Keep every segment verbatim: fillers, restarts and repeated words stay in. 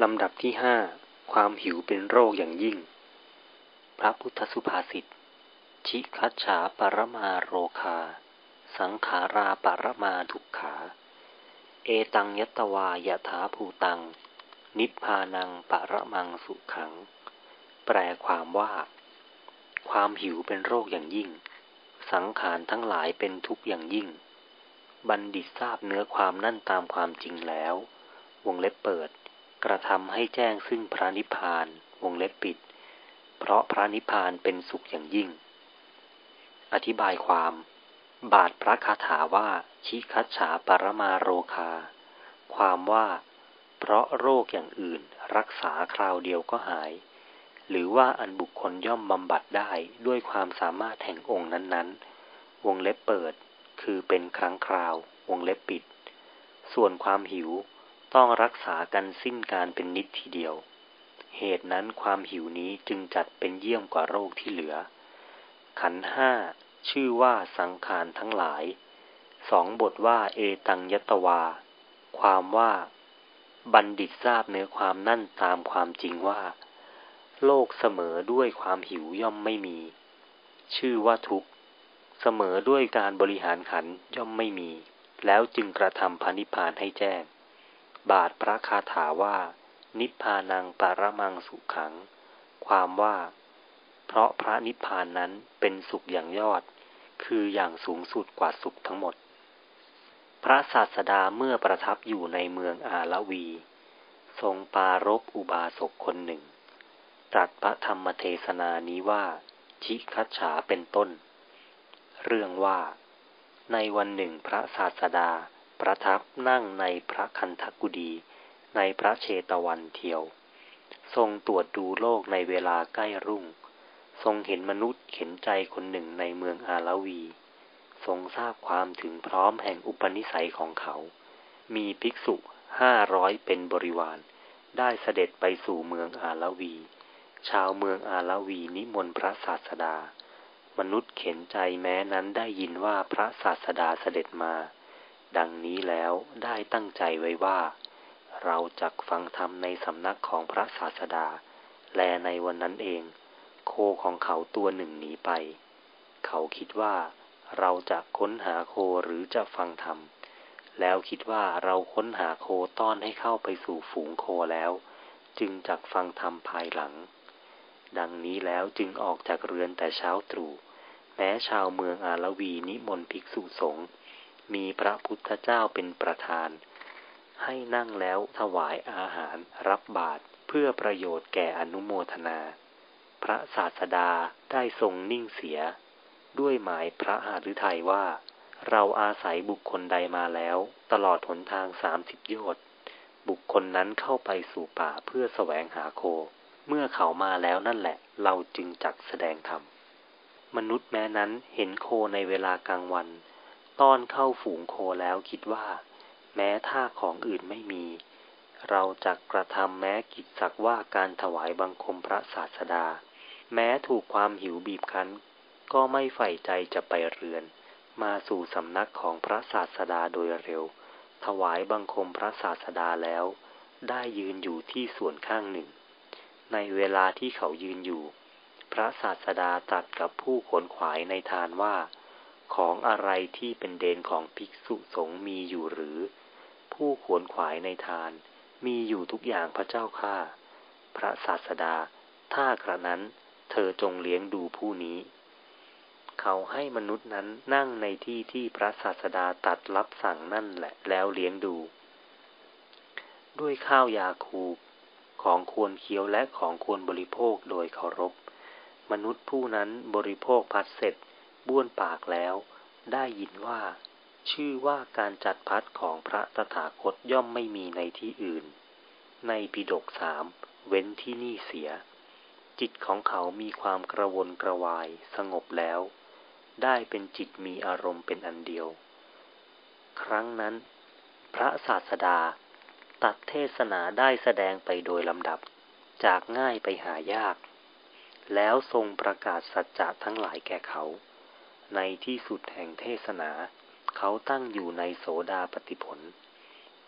ลำดับที่ห้าความหิวเป็นโรคอย่างยิ่งพระพุทธสุภาษิตชิคัจฉาปรมาโรคาสังขาราปรมาทุกขาเอตังยัตตวายถาภูตังนิพพานังปรมังสุขังแปลความว่าความหิวเป็นโรคอย่างยิ่งสังขารทั้งหลายเป็นทุกข์อย่างยิ่งบัณฑิตทราบเนื้อความนั่นตามความจริงแล้ววงเล็บเปิดกระทำให้แจ้งซึ่งพระนิพพานวงเล็บปิดเพราะพระนิพพานเป็นสุขอย่างยิ่งอธิบายความบาทพระคาถาว่าชิคัจฉาปรมาโรคาความว่าเพราะโรคอย่างอื่นรักษาคราวเดียวก็หายหรือว่าอันบุคคลย่อมบำบัดได้ด้วยความสามารถแห่งองค์นั้นๆวงเล็บเปิดคือเป็นครั้งคราววงเล็บปิดส่วนความหิวต้องรักษากันสิ้นการเป็นนิจทีเดียวเหตุนั้นความหิวนี้จึงจัดเป็นเยี่ยมกว่าโรคที่เหลือขันธ์ห้าชื่อว่าสังขารทั้งหลายสองบทว่าเอตังยัตตวาความว่าบัณฑิตทราบเนื้อความนั่นตามความจริงว่าโลกเสมอด้วยความหิวย่อมไม่มีชื่อว่าทุกข์เสมอด้วยการบริหารขันธ์ย่อมไม่มีแล้วจึงกระทำพระนิพพานให้แจ้งบาทพระคาถาว่านิพพานังปรมังสุขังความว่าเพราะพระนิพพานนั้นเป็นสุขอย่างยอดคืออย่างสูงสุดกว่าสุขทั้งหมดพระศาสดาเมื่อประทับอยู่ในเมืองอาละวีทรงปรารภอุบาสกคนหนึ่งตรัสพระธรรมเทศนานี้ว่าชิคัจฉาเป็นต้นเรื่องว่าในวันหนึ่งพระศาสดาประทับนั่งในพระคันธกุฎีในพระเชตวันเทียวทรงตรวจดูโลกในเวลาใกล้รุ่งทรงเห็นมนุษย์เข็นใจคนหนึ่งในเมืองอาละวีทรงทราบความถึงพร้อมแห่งอุปนิสัยของเขามีภิกษุห้าร้อยเป็นบริวารได้เสด็จไปสู่เมืองอาละวีชาวเมืองอาละวีนิมนต์พระศาสดามนุษย์เข็นใจแม้นั้นได้ยินว่าพระศาสดาเสด็จมาดังนี้แล้วได้ตั้งใจไว้ว่าเราจักฟังธรรมในสำนักของพระศาสดาและในวันนั้นเองโคของเขาตัวหนึ่งหนีไปเขาคิดว่าเราจะค้นหาโคหรือจะฟังธรรมแล้วคิดว่าเราค้นหาโคต้อนให้เข้าไปสู่ฝูงโคแล้วจึงจักฟังธรรมภายหลังดังนี้แล้วจึงออกจากเรือนแต่เช้าตรู่แม้ชาวเมืองอาละวีนิมนต์ภิกษุสงฆ์มีพระพุทธเจ้าเป็นประธานให้นั่งแล้วถวายอาหารรับบาตรเพื่อประโยชน์แก่อนุโมทนาพระศาสดาได้ทรงนิ่งเสียด้วยหมายพระหฤทัยว่าเราอาศัยบุคคลใดมาแล้วตลอดหนทางสามสิบโยชน์บุคคลนั้นเข้าไปสู่ป่าเพื่อแสวงหาโคเมื่อเขามาแล้วนั่นแหละเราจึงจักแสดงธรรมมนุษย์แม้นั้นเห็นโคในเวลากลางวันต้อนเข้าฝูงโคแล้วคิดว่าแม้ถ้าของอื่นไม่มีเราจักกระทำแม้กิจสักว่าการถวายบังคมพระศาสดาแม้ถูกความหิวบีบคั้นก็ไม่ใฝ่ใจจะไปเรือนมาสู่สำนักของพระศาสดาโดยเร็วถวายบังคมพระศาสดาแล้วได้ยืนอยู่ที่ส่วนข้างหนึ่งในเวลาที่เขายืนอยู่พระศาสดาตรัสกับผู้ขวนขวายในทานว่าของอะไรที่เป็นเดนของภิกษุสงฆ์มีอยู่หรือผู้ขวนขวายในทานมีอยู่ทุกอย่างพระเจ้าข้าพระศาสดาถ้ากระนั้นเธอจงเลี้ยงดูผู้นี้เขาให้มนุษย์นั้นนั่งในที่ที่พระศาสดาตรัสรับสั่งนั่นแหละแล้วเลี้ยงดูด้วยข้าวยาคูของควรเคี้ยวและของควรบริโภคโดยเคารพมนุษย์ผู้นั้นบริโภคพัดเสร็จบ้วนปากแล้วได้ยินว่าชื่อว่าการจัดพัดของพระตถาคตย่อมไม่มีในที่อื่นในปิฎกสามเว้นที่นี่เสียจิตของเขามีความกระวนกระวายสงบแล้วได้เป็นจิตมีอารมณ์เป็นอันเดียวครั้งนั้นพระศาสดาตรัสเทศนาได้แสดงไปโดยลำดับจากง่ายไปหายากแล้วทรงประกาศสัจจะทั้งหลายแก่เขาในที่สุดแห่งเทศนาเขาตั้งอยู่ในโสดาปัตติผล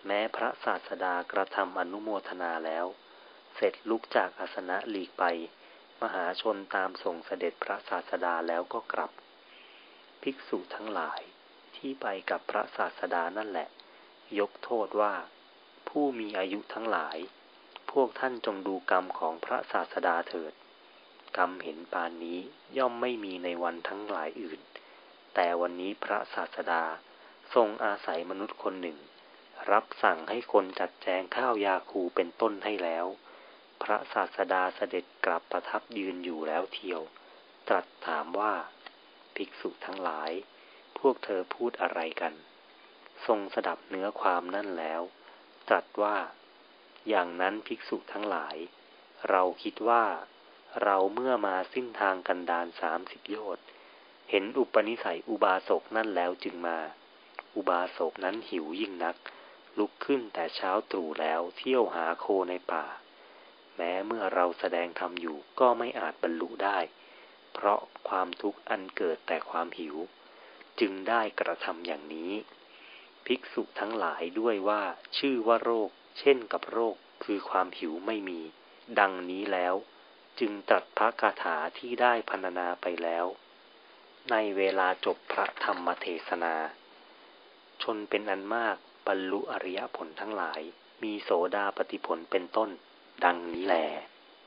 แม้พระศาสดากระทำอนุโมทนาแล้วเสร็จลุกจากอาสนะหลีกไปมหาชนตามส่งเสด็จพระศาสดาแล้วก็กลับภิกษุทั้งหลายที่ไปกับพระศาสดานั่นแหละยกโทษว่าผู้มีอายุทั้งหลายพวกท่านจงดูกรรมของพระศาสดาเถิดกรรมเห็นปานนี้ย่อมไม่มีในวันทั้งหลายอื่นแต่วันนี้พระศาสดาทรงอาศัยมนุษย์คนหนึ่งรับสั่งให้คนจัดแจงข้าวยาคูเป็นต้นให้แล้วพระศาสดาเสด็จกลับประทับยืนอยู่แล้วเทียวตรัสถามว่าภิกษุทั้งหลายพวกเธอพูดอะไรกันทรงสดับเนื้อความนั่นแล้วตรัสว่าอย่างนั้นภิกษุทั้งหลายเราคิดว่าเราเมื่อมาสิ้นทางกันดารสามสิบโยชน์เห็นอุปนิสัยอุบาสกนั่นแล้วจึงมาอุบาสกนั้นหิวยิ่งนักลุกขึ้นแต่เช้าตรู่แล้วเที่ยวหาโคในป่าแม้เมื่อเราแสดงธรรมอยู่ก็ไม่อาจบรรลุได้เพราะความทุกข์อันเกิดแต่ความหิวจึงได้กระทำอย่างนี้ภิกษุทั้งหลายด้วยว่าชื่อว่าโรคเช่นกับโรคคือความหิวไม่มีดังนี้แล้วจึงตรัสพระคาถาที่ได้พรรณนาไปแล้วในเวลาจบพระธรรมเทศนาชนเป็นอันมากบรรลุอริยผลทั้งหลายมีโสดาปัตติผลเป็นต้นดังนี้แล